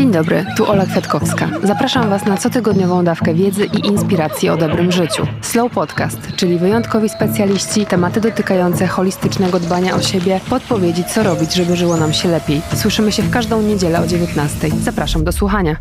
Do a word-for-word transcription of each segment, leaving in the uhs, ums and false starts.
Dzień dobry, tu Ola Kwiatkowska. Zapraszam Was na cotygodniową dawkę wiedzy i inspiracji o dobrym życiu. Slow Podcast, czyli wyjątkowi specjaliści, tematy dotykające holistycznego dbania o siebie, podpowiedzi, co robić, żeby żyło nam się lepiej. Słyszymy się w każdą niedzielę o dziewiętnastej. Zapraszam do słuchania.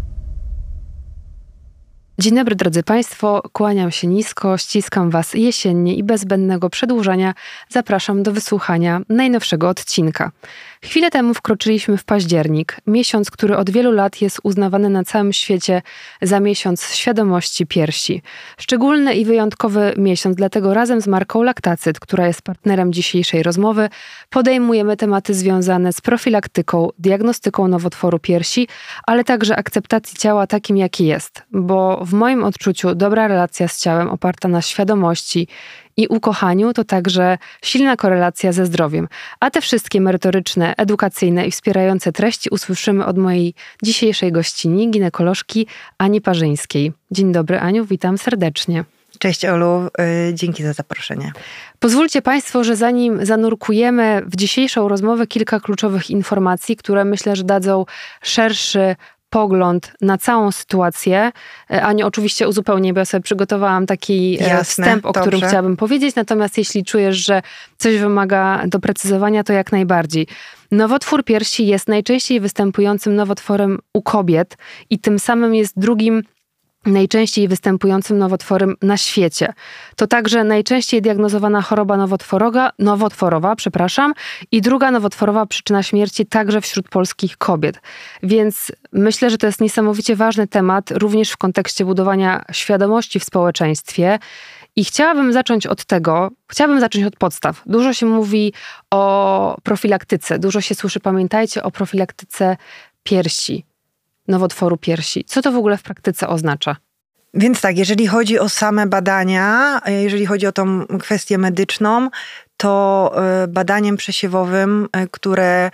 Dzień dobry, drodzy Państwo, kłaniam się nisko, ściskam Was jesiennie i bez zbędnego przedłużania zapraszam do wysłuchania najnowszego odcinka. Chwilę temu wkroczyliśmy w październik, miesiąc, który od wielu lat jest uznawany na całym świecie za miesiąc świadomości piersi. Szczególny i wyjątkowy miesiąc, dlatego razem z marką Laktacyt, która jest partnerem dzisiejszej rozmowy, podejmujemy tematy związane z profilaktyką, diagnostyką nowotworu piersi, ale także akceptacji ciała takim, jaki jest, bo w moim odczuciu dobra relacja z ciałem oparta na świadomości i ukochaniu to także silna korelacja ze zdrowiem. A te wszystkie merytoryczne, edukacyjne i wspierające treści usłyszymy od mojej dzisiejszej gościni, ginekolożki Ani Parzyńskiej. Dzień dobry, Aniu, witam serdecznie. Cześć Olu, yy, dzięki za zaproszenie. Pozwólcie Państwo, że zanim zanurkujemy w dzisiejszą rozmowę, kilka kluczowych informacji, które myślę, że dadzą szerszy pogląd na całą sytuację. Aniu, oczywiście uzupełnię, bo ja sobie przygotowałam taki Jasne, wstęp, o dobrze. którym chciałabym powiedzieć, natomiast jeśli czujesz, że coś wymaga doprecyzowania, to jak najbardziej. Nowotwór piersi jest najczęściej występującym nowotworem u kobiet i tym samym jest drugim najczęściej występującym nowotworem na świecie. To także najczęściej diagnozowana choroba nowotworowa, nowotworowa, przepraszam, i druga nowotworowa przyczyna śmierci także wśród polskich kobiet. Więc myślę, że to jest niesamowicie ważny temat, również w kontekście budowania świadomości w społeczeństwie. I chciałabym zacząć od tego, chciałabym zacząć od podstaw. Dużo się mówi o profilaktyce, dużo się słyszy, pamiętajcie, o profilaktyce piersi. Nowotworu piersi. Co to w ogóle w praktyce oznacza? Więc tak, jeżeli chodzi o same badania, jeżeli chodzi o tą kwestię medyczną, to badaniem przesiewowym, które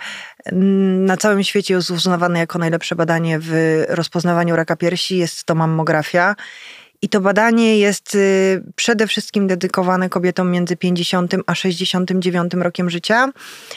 na całym świecie jest uznawane jako najlepsze badanie w rozpoznawaniu raka piersi, jest to mammografia. I to badanie jest przede wszystkim dedykowane kobietom między pięćdziesiątym a sześćdziesiątym dziewiątym rokiem życia.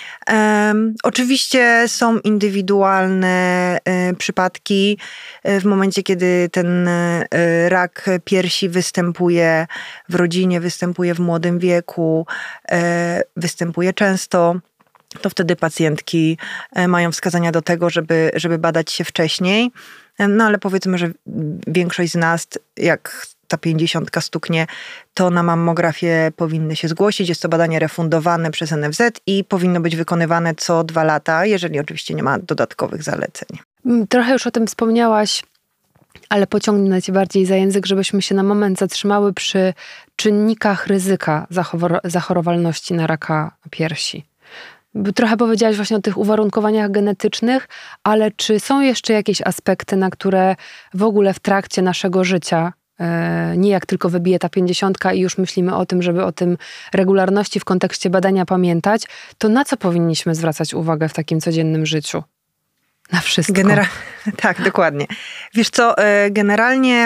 Um, oczywiście są indywidualne y, przypadki y, w momencie, kiedy ten y, rak piersi występuje w rodzinie, występuje w młodym wieku, y, występuje często. To wtedy pacjentki y, mają wskazania do tego, żeby, żeby badać się wcześniej. No ale powiedzmy, że większość z nas, jak ta pięćdziesiątka stuknie, to na mammografię powinny się zgłosić. Jest to badanie refundowane przez N F Z i powinno być wykonywane co dwa lata, jeżeli oczywiście nie ma dodatkowych zaleceń. Trochę już o tym wspomniałaś, ale pociągnę cię bardziej za język, żebyśmy się na moment zatrzymały przy czynnikach ryzyka zachor- zachorowalności na raka piersi. Trochę powiedziałaś właśnie o tych uwarunkowaniach genetycznych, ale czy są jeszcze jakieś aspekty, na które w ogóle w trakcie naszego życia, nie jak tylko wybije ta pięćdziesiątka i już myślimy o tym, żeby o tym regularności w kontekście badania pamiętać, to na co powinniśmy zwracać uwagę w takim codziennym życiu? Na wszystko. Genera- tak, dokładnie. Wiesz co, generalnie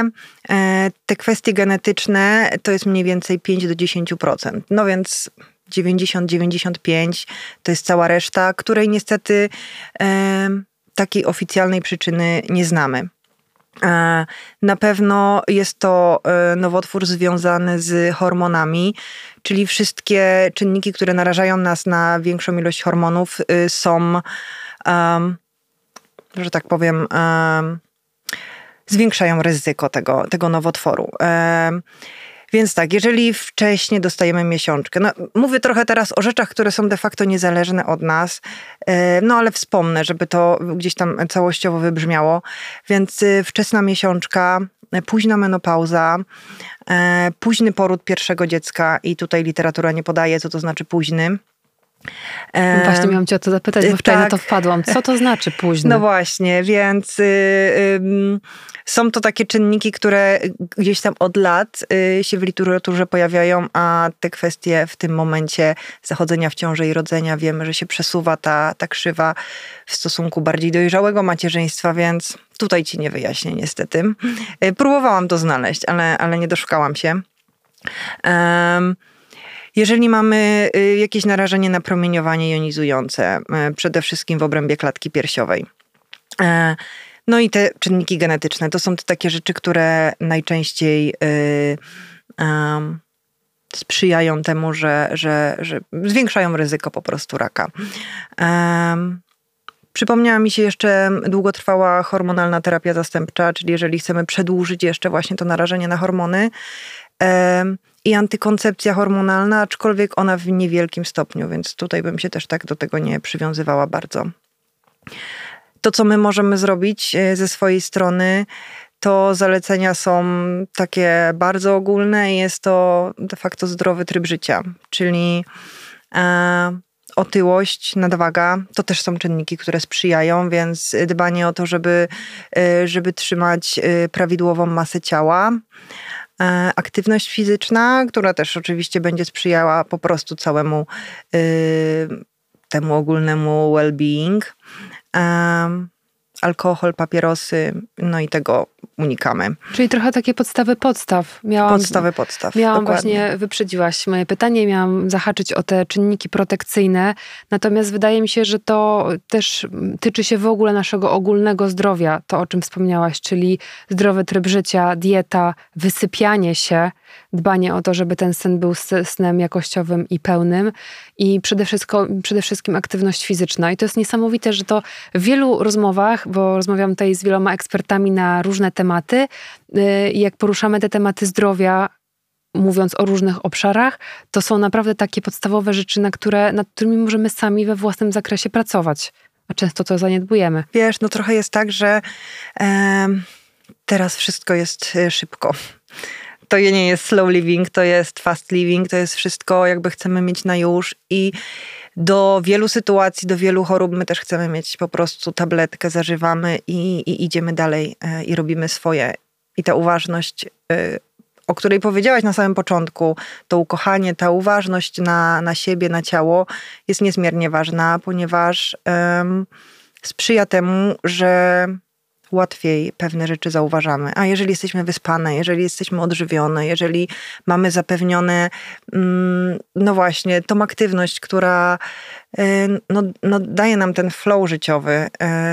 te kwestie genetyczne to jest mniej więcej pięć do dziesięciu procent. No więc dziewięćdziesiąt do dziewięćdziesięciu pięciu to jest cała reszta, której niestety e, takiej oficjalnej przyczyny nie znamy. E, na pewno jest to e, nowotwór związany z hormonami, czyli wszystkie czynniki, które narażają nas na większą ilość hormonów e, są, e, że tak powiem, e, zwiększają ryzyko tego, tego nowotworu. E, Więc tak, jeżeli wcześniej dostajemy miesiączkę, no mówię trochę teraz o rzeczach, które są de facto niezależne od nas, no ale wspomnę, żeby to gdzieś tam całościowo wybrzmiało. Więc wczesna miesiączka, późna menopauza, późny poród pierwszego dziecka i tutaj literatura nie podaje, co to znaczy późny. Właśnie miałam cię o to zapytać, bo wczoraj tak. na to wpadłam. Co to znaczy późny? No właśnie, więc y, y, są to takie czynniki, które gdzieś tam od lat y, się w literaturze pojawiają, a te kwestie w tym momencie zachodzenia w ciąży i rodzenia wiemy, że się przesuwa ta, ta krzywa w stosunku bardziej dojrzałego macierzyństwa, więc tutaj ci nie wyjaśnię niestety. Y, próbowałam to znaleźć, ale, ale nie doszukałam się. Um, Jeżeli mamy jakieś narażenie na promieniowanie jonizujące, przede wszystkim w obrębie klatki piersiowej, No i te czynniki genetyczne, to są te takie rzeczy, które najczęściej yy, um, sprzyjają temu, że, że, że zwiększają ryzyko po prostu raka. Um, Przypomniała mi się jeszcze długotrwała hormonalna terapia zastępcza, czyli jeżeli chcemy przedłużyć jeszcze właśnie to narażenie na hormony, um, i antykoncepcja hormonalna, aczkolwiek ona w niewielkim stopniu, więc tutaj bym się też tak do tego nie przywiązywała bardzo. To, co my możemy zrobić ze swojej strony, to zalecenia są takie bardzo ogólne i jest to de facto zdrowy tryb życia, czyli e, otyłość, nadwaga, to też są czynniki, które sprzyjają, więc dbanie o to, żeby, żeby trzymać prawidłową masę ciała. Aktywność fizyczna, która też oczywiście będzie sprzyjała po prostu całemu temu ogólnemu well-being. Alkohol, papierosy, no i tego unikamy. Czyli trochę takie podstawy podstaw. Miałam, podstawy podstaw, Miałam dokładnie. właśnie, wyprzedziłaś moje pytanie, miałam zahaczyć o te czynniki protekcyjne, natomiast wydaje mi się, że to też tyczy się w ogóle naszego ogólnego zdrowia, to o czym wspomniałaś, czyli zdrowy tryb życia, dieta, wysypianie się, dbanie o to, żeby ten sen był snem jakościowym i pełnym i przede wszystkim, przede wszystkim aktywność fizyczna. I to jest niesamowite, że to w wielu rozmowach, bo rozmawiam tutaj z wieloma ekspertami na różne tematy i jak poruszamy te tematy zdrowia, mówiąc o różnych obszarach, to są naprawdę takie podstawowe rzeczy, na które, nad którymi możemy sami we własnym zakresie pracować. A często to zaniedbujemy. Wiesz, no trochę jest tak, że e, teraz wszystko jest szybko. To nie jest slow living, to jest fast living, to jest wszystko jakby chcemy mieć na już i do wielu sytuacji, do wielu chorób my też chcemy mieć po prostu tabletkę, zażywamy i, i idziemy dalej e, i robimy swoje. I ta uważność, e, o której powiedziałaś na samym początku, to ukochanie, ta uważność na, na siebie, na ciało jest niezmiernie ważna, ponieważ e, sprzyja temu, że łatwiej pewne rzeczy zauważamy. A jeżeli jesteśmy wyspane, jeżeli jesteśmy odżywione, jeżeli mamy zapewnione, no właśnie, tą aktywność, która no, no daje nam ten flow życiowy,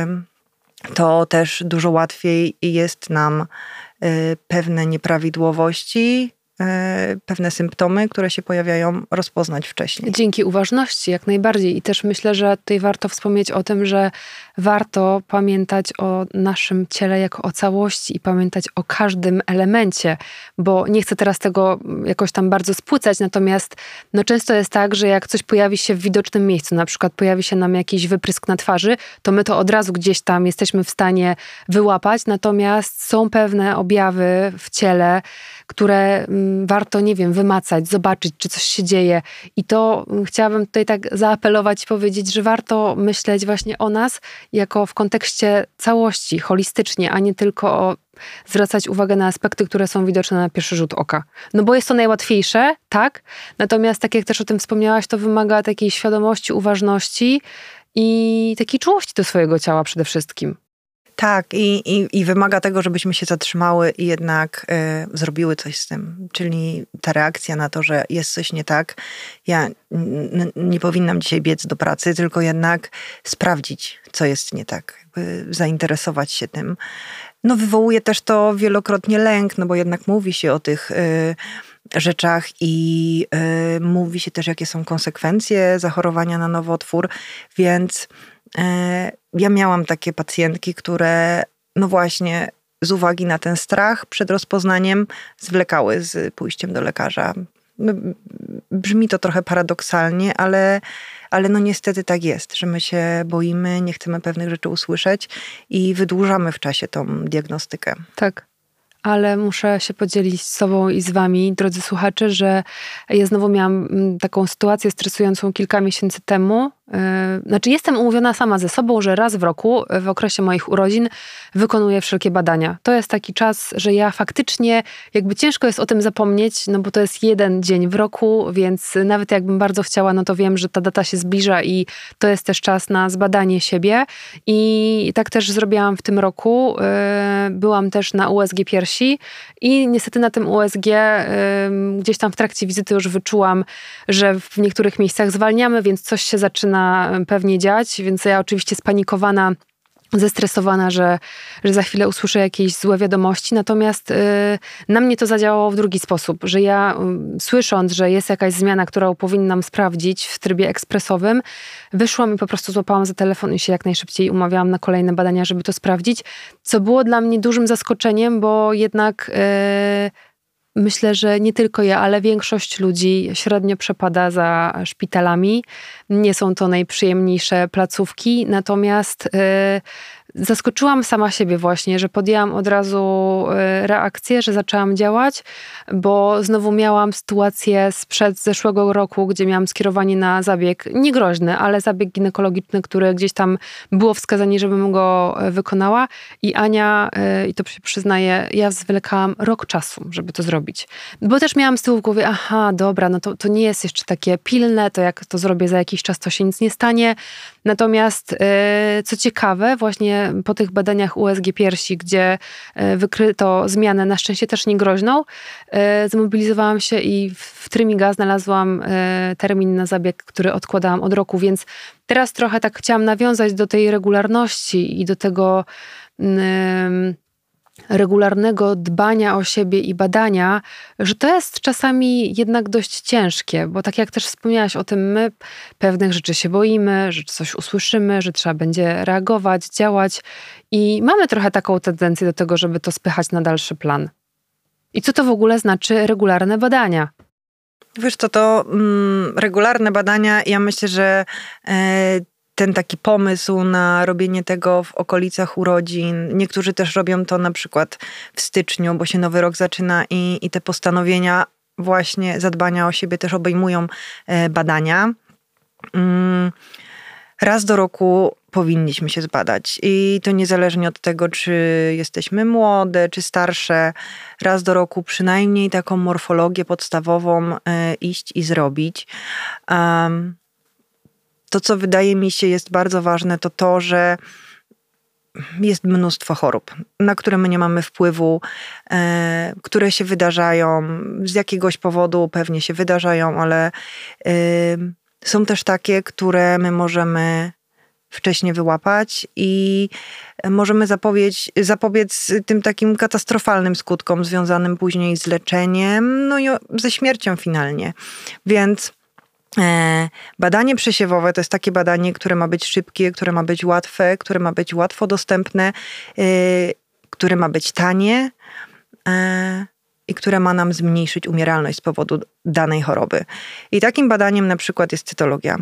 to też dużo łatwiej jest nam pewne nieprawidłowości, pewne symptomy, które się pojawiają, rozpoznać wcześniej. Dzięki uważności, jak najbardziej. I też myślę, że tutaj warto wspomnieć o tym, że warto pamiętać o naszym ciele jako o całości i pamiętać o każdym elemencie, bo nie chcę teraz tego jakoś tam bardzo spłycać, natomiast no często jest tak, że jak coś pojawi się w widocznym miejscu, na przykład pojawi się nam jakiś wyprysk na twarzy, to my to od razu gdzieś tam jesteśmy w stanie wyłapać, natomiast są pewne objawy w ciele, które warto, nie wiem, wymacać, zobaczyć, czy coś się dzieje. I to chciałabym tutaj tak zaapelować i powiedzieć, że warto myśleć właśnie o nas jako w kontekście całości, holistycznie, a nie tylko o, zwracać uwagę na aspekty, które są widoczne na pierwszy rzut oka. No bo jest to najłatwiejsze, tak? Natomiast tak jak też o tym wspomniałaś, to wymaga takiej świadomości, uważności i takiej czułości do swojego ciała przede wszystkim. Tak, i, i, i wymaga tego, żebyśmy się zatrzymały i jednak y, zrobiły coś z tym. Czyli ta reakcja na to, że jest coś nie tak. Ja n- nie powinnam dzisiaj biec do pracy, tylko jednak sprawdzić, co jest nie tak. Jakby zainteresować się tym. No wywołuje też to wielokrotnie lęk, no bo jednak mówi się o tych y, rzeczach i y, mówi się też, jakie są konsekwencje zachorowania na nowotwór, więc ja miałam takie pacjentki, które no właśnie z uwagi na ten strach przed rozpoznaniem zwlekały z pójściem do lekarza. No, brzmi to trochę paradoksalnie, ale, ale no niestety tak jest, że my się boimy, nie chcemy pewnych rzeczy usłyszeć i wydłużamy w czasie tą diagnostykę. Tak. Ale muszę się podzielić z sobą i z wami, drodzy słuchacze, że ja znowu miałam taką sytuację stresującą kilka miesięcy temu. Znaczy jestem umówiona sama ze sobą, że raz w roku, w okresie moich urodzin, wykonuję wszelkie badania. To jest taki czas, że ja faktycznie, jakby ciężko jest o tym zapomnieć, no bo to jest jeden dzień w roku, więc nawet jakbym bardzo chciała, no to wiem, że ta data się zbliża i to jest też czas na zbadanie siebie. I tak też zrobiłam w tym roku. Byłam też na U S G piersi i niestety na tym U S G gdzieś tam w trakcie wizyty już wyczułam, że w niektórych miejscach zwalniamy, więc coś się zaczyna pewnie dziać, więc ja oczywiście spanikowana zestresowana, że, że za chwilę usłyszę jakieś złe wiadomości. Natomiast y, na mnie to zadziałało w drugi sposób, że ja y, słysząc, że jest jakaś zmiana, którą powinnam sprawdzić w trybie ekspresowym, wyszłam i po prostu złapałam za telefon i się jak najszybciej umawiałam na kolejne badania, żeby to sprawdzić, co było dla mnie dużym zaskoczeniem, bo jednak y, myślę, że nie tylko ja, ale większość ludzi średnio przepada za szpitalami. Nie są to najprzyjemniejsze placówki, natomiast yy, zaskoczyłam sama siebie właśnie, że podjęłam od razu reakcję, że zaczęłam działać, bo znowu miałam sytuację sprzed zeszłego roku, gdzie miałam skierowanie na zabieg, nie groźny, ale zabieg ginekologiczny, który gdzieś tam było wskazanie, żebym go wykonała i Ania, i to się przyznaję, ja zwlekałam rok czasu, żeby to zrobić. Bo też miałam z tyłu w głowie, aha, dobra, no to, to nie jest jeszcze takie pilne, to jak to zrobię za jakiś czas, to się nic nie stanie. Natomiast co ciekawe, właśnie po tych badaniach U S G piersi, gdzie wykryto zmianę, na szczęście też niegroźną, zmobilizowałam się i w Trymiga znalazłam termin na zabieg, który odkładałam od roku, więc teraz trochę tak chciałam nawiązać do tej regularności i do tego um, regularnego dbania o siebie i badania, że to jest czasami jednak dość ciężkie, bo tak jak też wspomniałaś o tym, my pewnych rzeczy się boimy, że coś usłyszymy, że trzeba będzie reagować, działać i mamy trochę taką tendencję do tego, żeby to spychać na dalszy plan. I co to w ogóle znaczy regularne badania? Wiesz co, to mm, regularne badania, ja myślę, że e, ten taki pomysł na robienie tego w okolicach urodzin. Niektórzy też robią to na przykład w styczniu, bo się nowy rok zaczyna i, i te postanowienia właśnie zadbania o siebie też obejmują badania. Raz do roku powinniśmy się zbadać i to niezależnie od tego, czy jesteśmy młode, czy starsze. Raz do roku przynajmniej taką morfologię podstawową iść i zrobić. Um, To, co wydaje mi się jest bardzo ważne, to to, że jest mnóstwo chorób, na które my nie mamy wpływu, e, które się wydarzają, z jakiegoś powodu pewnie się wydarzają, ale e, są też takie, które my możemy wcześniej wyłapać i możemy zapobiec, zapobiec tym takim katastrofalnym skutkom związanym później z leczeniem, no i ze śmiercią finalnie. Więc badanie przesiewowe to jest takie badanie, które ma być szybkie, które ma być łatwe, które ma być łatwo dostępne, które ma być tanie i które ma nam zmniejszyć umieralność z powodu danej choroby. I takim badaniem na przykład jest cytologia.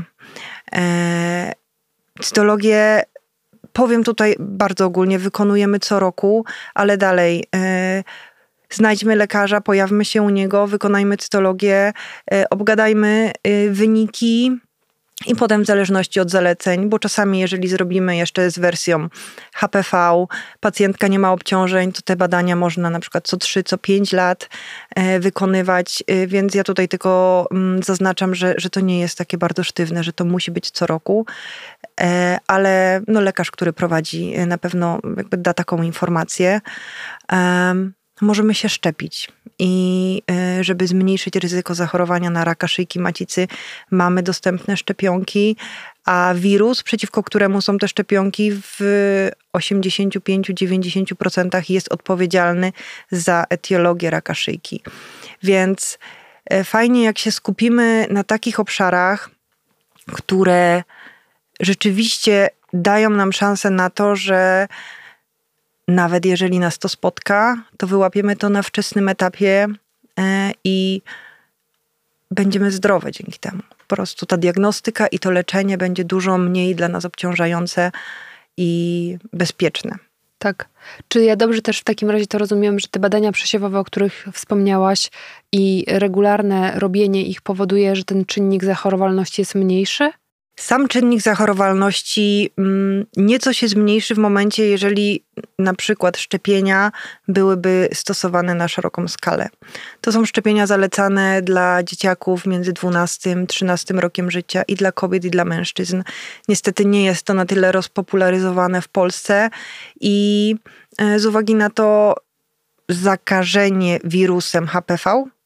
Cytologię, powiem tutaj bardzo ogólnie, wykonujemy co roku, ale dalej znajdźmy lekarza, pojawmy się u niego, wykonajmy cytologię, obgadajmy wyniki i potem w zależności od zaleceń, bo czasami jeżeli zrobimy jeszcze z wersją H P V, pacjentka nie ma obciążeń, to te badania można na przykład co trzy, co pięć lat wykonywać, więc ja tutaj tylko zaznaczam, że, że to nie jest takie bardzo sztywne, że to musi być co roku, ale no lekarz, który prowadzi, na pewno jakby da taką informację. Możemy się szczepić i żeby zmniejszyć ryzyko zachorowania na raka szyjki macicy, mamy dostępne szczepionki, a wirus, przeciwko któremu są te szczepionki, w osiemdziesiąt pięć do dziewięćdziesięciu procent jest odpowiedzialny za etiologię raka szyjki. Więc fajnie, jak się skupimy na takich obszarach, które rzeczywiście dają nam szansę na to, że nawet jeżeli nas to spotka, to wyłapiemy to na wczesnym etapie i będziemy zdrowe dzięki temu. Po prostu ta diagnostyka i to leczenie będzie dużo mniej dla nas obciążające i bezpieczne. Tak. Czy ja dobrze też w takim razie to rozumiem, że te badania przesiewowe, o których wspomniałaś i regularne robienie ich powoduje, że ten czynnik zachorowalności jest mniejszy? Sam czynnik zachorowalności nieco się zmniejszy w momencie, jeżeli na przykład szczepienia byłyby stosowane na szeroką skalę. To są szczepienia zalecane dla dzieciaków między dwunastym a trzynastym rokiem życia i dla kobiet, i dla mężczyzn. Niestety nie jest to na tyle rozpopularyzowane w Polsce i z uwagi na to zakażenie wirusem H P V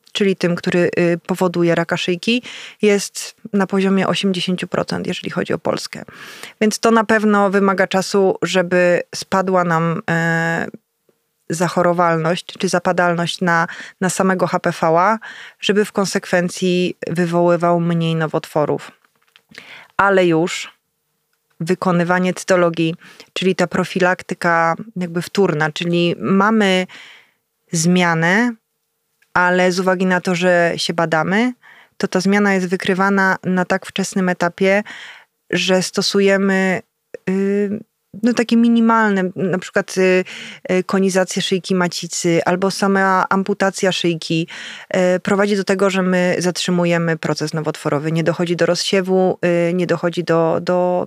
czyli tym, który powoduje raka szyjki, jest na poziomie osiemdziesiąt procent, jeżeli chodzi o Polskę. Więc to na pewno wymaga czasu, żeby spadła nam zachorowalność czy zapadalność na, na samego H P V, żeby w konsekwencji wywoływał mniej nowotworów. Ale już wykonywanie cytologii, czyli ta profilaktyka jakby wtórna, czyli mamy zmianę, ale z uwagi na to, że się badamy, to ta zmiana jest wykrywana na tak wczesnym etapie, że stosujemy yy, no takie minimalne, na przykład y, y, konizację szyjki macicy albo sama amputacja szyjki y, prowadzi do tego, że my zatrzymujemy proces nowotworowy. Nie dochodzi do rozsiewu, y, nie dochodzi do, do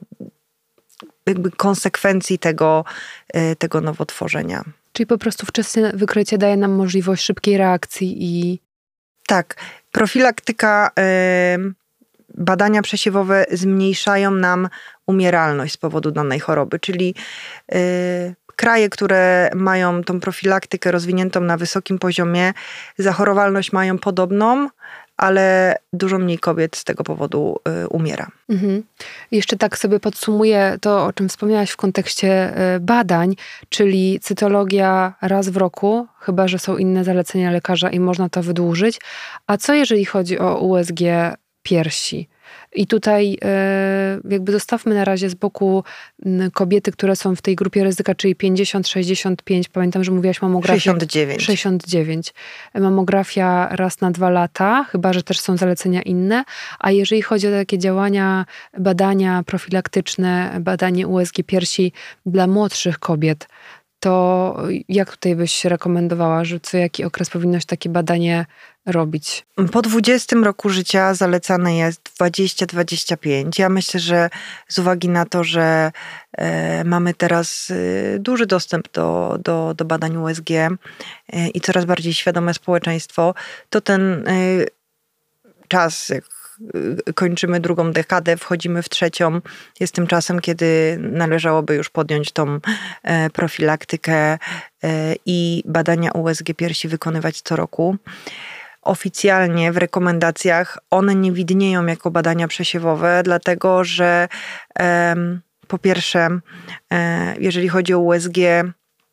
jakby konsekwencji tego, y, tego nowotworzenia. Czyli po prostu wczesne wykrycie daje nam możliwość szybkiej reakcji i... Tak. Profilaktyka... Y, Badania przesiewowe zmniejszają nam umieralność z powodu danej choroby, czyli yy, kraje, które mają tą profilaktykę rozwiniętą na wysokim poziomie, zachorowalność mają podobną, ale dużo mniej kobiet z tego powodu y, umiera. Mhm. Jeszcze tak sobie podsumuję to, o czym wspomniałaś w kontekście y, badań, czyli cytologia raz w roku, chyba że są inne zalecenia lekarza i można to wydłużyć. A co jeżeli chodzi o U S G piersi? I tutaj jakby zostawmy na razie z boku kobiety, które są w tej grupie ryzyka, czyli pięćdziesiąt sześćdziesiąt pięć. Pamiętam, że mówiłaś mamografia. sześćdziesiąt dziewięć. sześćdziesiąt dziewięć. Mamografia raz na dwa lata, chyba że też są zalecenia inne. A jeżeli chodzi o takie działania, badania profilaktyczne, badanie U S G piersi dla młodszych kobiet, to jak tutaj byś rekomendowała, że co jaki okres powinno się takie badanie robić? Po dwudziestym roku życia zalecane jest dwadzieścia do dwudziestu pięciu. Ja myślę, że z uwagi na to, że e, mamy teraz e, duży dostęp do, do, do badań U S G e, i coraz bardziej świadome społeczeństwo, to ten e, czas, jak kończymy drugą dekadę, wchodzimy w trzecią, jest tym czasem, kiedy należałoby już podjąć tą e, profilaktykę e, i badania U S G piersi wykonywać co roku. Oficjalnie w rekomendacjach one nie widnieją jako badania przesiewowe, dlatego że e, po pierwsze, e, jeżeli chodzi o U S G,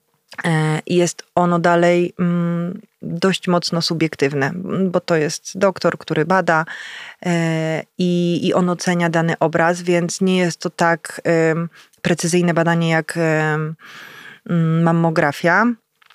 e, jest ono dalej mm, dość mocno subiektywne, bo to jest doktor, który bada e, i, i on ocenia dany obraz, więc nie jest to tak e, precyzyjne badanie jak e, mammografia.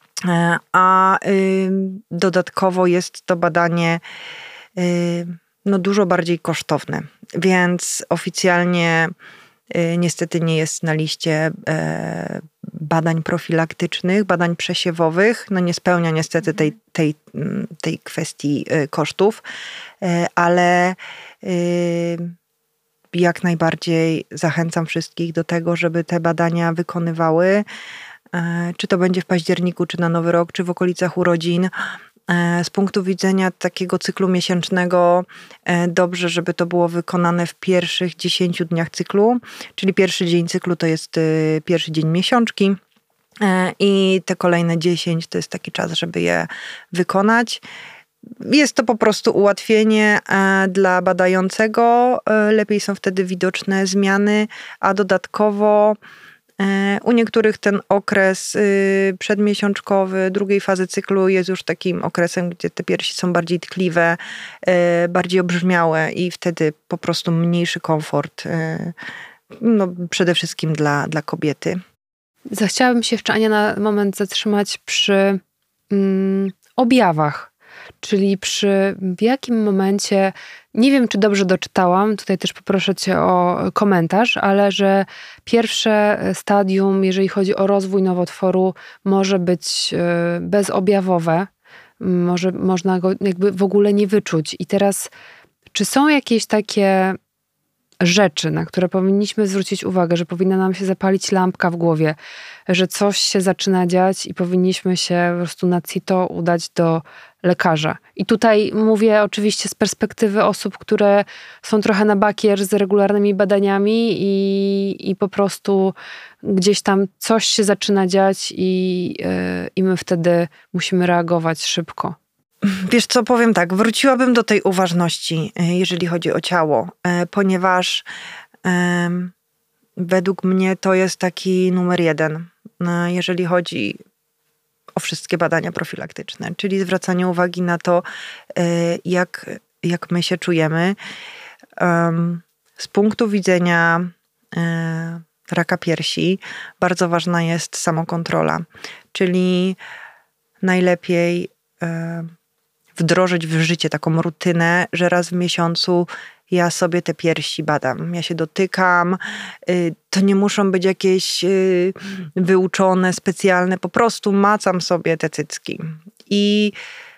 A y, dodatkowo jest to badanie y, no, dużo bardziej kosztowne, więc oficjalnie y, niestety nie jest na liście y, badań profilaktycznych, badań przesiewowych. No nie spełnia niestety tej, tej, tej kwestii y, kosztów, y, ale y, jak najbardziej zachęcam wszystkich do tego, żeby te badania wykonywały. Czy to będzie w październiku, czy na Nowy Rok, czy w okolicach urodzin. Z punktu widzenia takiego cyklu miesięcznego dobrze, żeby to było wykonane w pierwszych dziesięciu dniach cyklu, czyli pierwszy dzień cyklu to jest pierwszy dzień miesiączki i te kolejne dziesięć to jest taki czas, żeby je wykonać. Jest to po prostu ułatwienie dla badającego, lepiej są wtedy widoczne zmiany, a dodatkowo u niektórych ten okres przedmiesiączkowy, drugiej fazy cyklu jest już takim okresem, gdzie te piersi są bardziej tkliwe, bardziej obrzmiałe i wtedy po prostu mniejszy komfort, no przede wszystkim dla, dla kobiety. Zachciałabym się jeszcze, Ania, na moment zatrzymać przy mm, objawach. Czyli przy w jakim momencie, nie wiem czy dobrze doczytałam, tutaj też poproszę cię o komentarz, ale że pierwsze stadium, jeżeli chodzi o rozwój nowotworu, może być bezobjawowe, może, można go jakby w ogóle nie wyczuć. I teraz, czy są jakieś takie rzeczy, na które powinniśmy zwrócić uwagę, że powinna nam się zapalić lampka w głowie, że coś się zaczyna dziać i powinniśmy się po prostu na CITO udać do lekarza. I tutaj mówię oczywiście z perspektywy osób, które są trochę na bakier z regularnymi badaniami i, i po prostu gdzieś tam coś się zaczyna dziać i, yy, i my wtedy musimy reagować szybko. Wiesz co, powiem tak, wróciłabym do tej uważności, jeżeli chodzi o ciało, ponieważ um, według mnie to jest taki numer jeden, jeżeli chodzi o wszystkie badania profilaktyczne, czyli zwracanie uwagi na to, jak, jak my się czujemy. Um, z punktu widzenia um, raka piersi bardzo ważna jest samokontrola, czyli najlepiej um, wdrożyć w życie taką rutynę, że raz w miesiącu ja sobie te piersi badam. Ja się dotykam. To nie muszą być jakieś wyuczone, specjalne. Po prostu macam sobie te cycki. I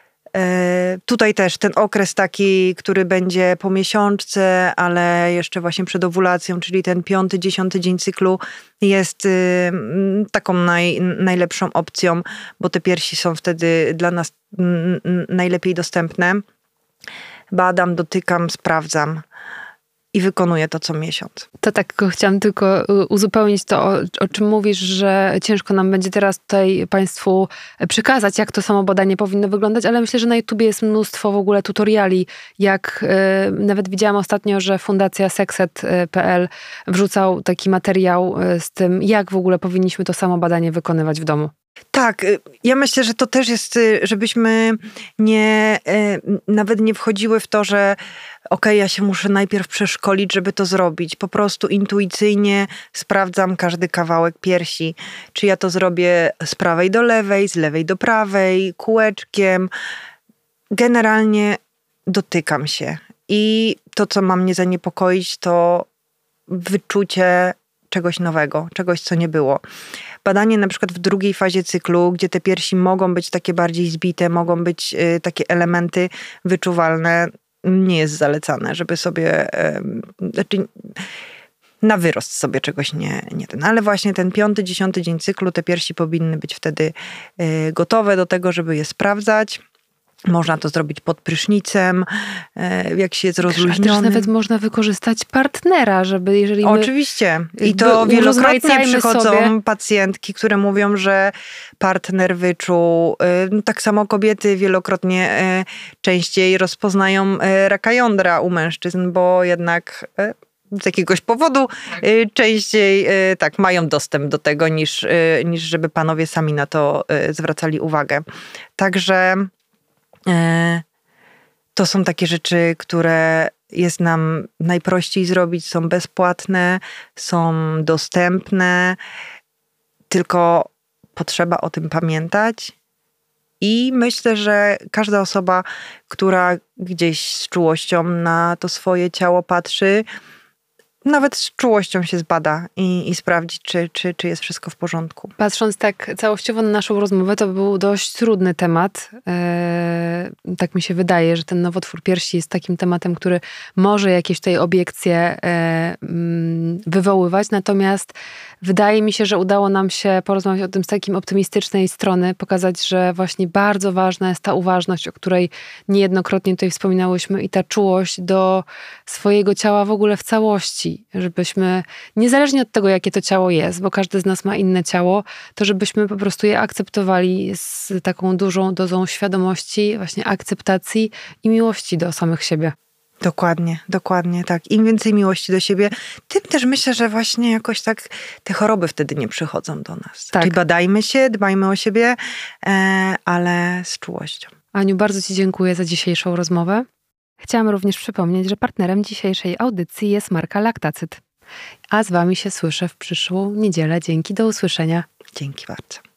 tutaj też ten okres taki, który będzie po miesiączce, ale jeszcze właśnie przed owulacją, czyli ten piąty, dziesiąty dzień cyklu jest taką naj, najlepszą opcją, bo te piersi są wtedy dla nas najlepiej dostępne. Badam, dotykam, sprawdzam i wykonuję to co miesiąc. To tak chciałam tylko uzupełnić to, o, o czym mówisz, że ciężko nam będzie teraz tutaj Państwu przekazać, jak to samo badanie powinno wyglądać, ale myślę, że na YouTubie jest mnóstwo w ogóle tutoriali, jak y, nawet widziałam ostatnio, że Fundacja sekset kropka pe el wrzucał taki materiał z tym, jak w ogóle powinniśmy to samo badanie wykonywać w domu. Tak, ja myślę, że to też jest, żebyśmy nie, nawet nie wchodziły w to, że okej, okay, ja się muszę najpierw przeszkolić, żeby to zrobić. Po prostu intuicyjnie sprawdzam każdy kawałek piersi. Czy ja to zrobię z prawej do lewej, z lewej do prawej, kółeczkiem. Generalnie dotykam się. I to, co ma mnie zaniepokoić, to wyczucie czegoś nowego, czegoś, co nie było. Badanie na przykład w drugiej fazie cyklu, gdzie te piersi mogą być takie bardziej zbite, mogą być y, takie elementy wyczuwalne, nie jest zalecane, żeby sobie, y, znaczy na wyrost sobie czegoś nie, nie ten. Ale właśnie ten piąty, dziesiąty dzień cyklu, te piersi powinny być wtedy y, gotowe do tego, żeby je sprawdzać. Można to zrobić pod prysznicem, jak się jest rozluźniony. Ale też nawet można wykorzystać partnera, żeby jeżeli my... Oczywiście. I to wielokrotnie przychodzą sobie pacjentki, które mówią, że partner wyczuł. Tak samo kobiety wielokrotnie częściej rozpoznają raka jądra u mężczyzn, bo jednak z jakiegoś powodu tak. częściej tak mają dostęp do tego, niż, niż żeby panowie sami na to zwracali uwagę. Także to są takie rzeczy, które jest nam najprościej zrobić, są bezpłatne, są dostępne, tylko potrzeba o tym pamiętać. I myślę, że każda osoba, która gdzieś z czułością na to swoje ciało patrzy, nawet z czułością się zbada i, i sprawdzi, czy, czy, czy jest wszystko w porządku. Patrząc tak całościowo na naszą rozmowę, to był dość trudny temat. Eee, tak mi się wydaje, że ten nowotwór piersi jest takim tematem, który może jakieś tutaj obiekcje e, wywoływać. Natomiast wydaje mi się, że udało nam się porozmawiać o tym z takim optymistycznej strony, pokazać, że właśnie bardzo ważna jest ta uważność, o której niejednokrotnie tutaj wspominałyśmy i ta czułość do swojego ciała w ogóle w całości. Żebyśmy, niezależnie od tego, jakie to ciało jest, bo każdy z nas ma inne ciało, to żebyśmy po prostu je akceptowali z taką dużą dozą świadomości, właśnie akceptacji i miłości do samych siebie. Dokładnie, dokładnie tak. Im więcej miłości do siebie, tym też myślę, że właśnie jakoś tak te choroby wtedy nie przychodzą do nas. Tak. Czyli badajmy się, dbajmy o siebie, ale z czułością. Aniu, bardzo Ci dziękuję za dzisiejszą rozmowę. Chciałam również przypomnieć, że partnerem dzisiejszej audycji jest marka Laktacyt. A z Wami się słyszę w przyszłą niedzielę. Dzięki, do usłyszenia. Dzięki bardzo.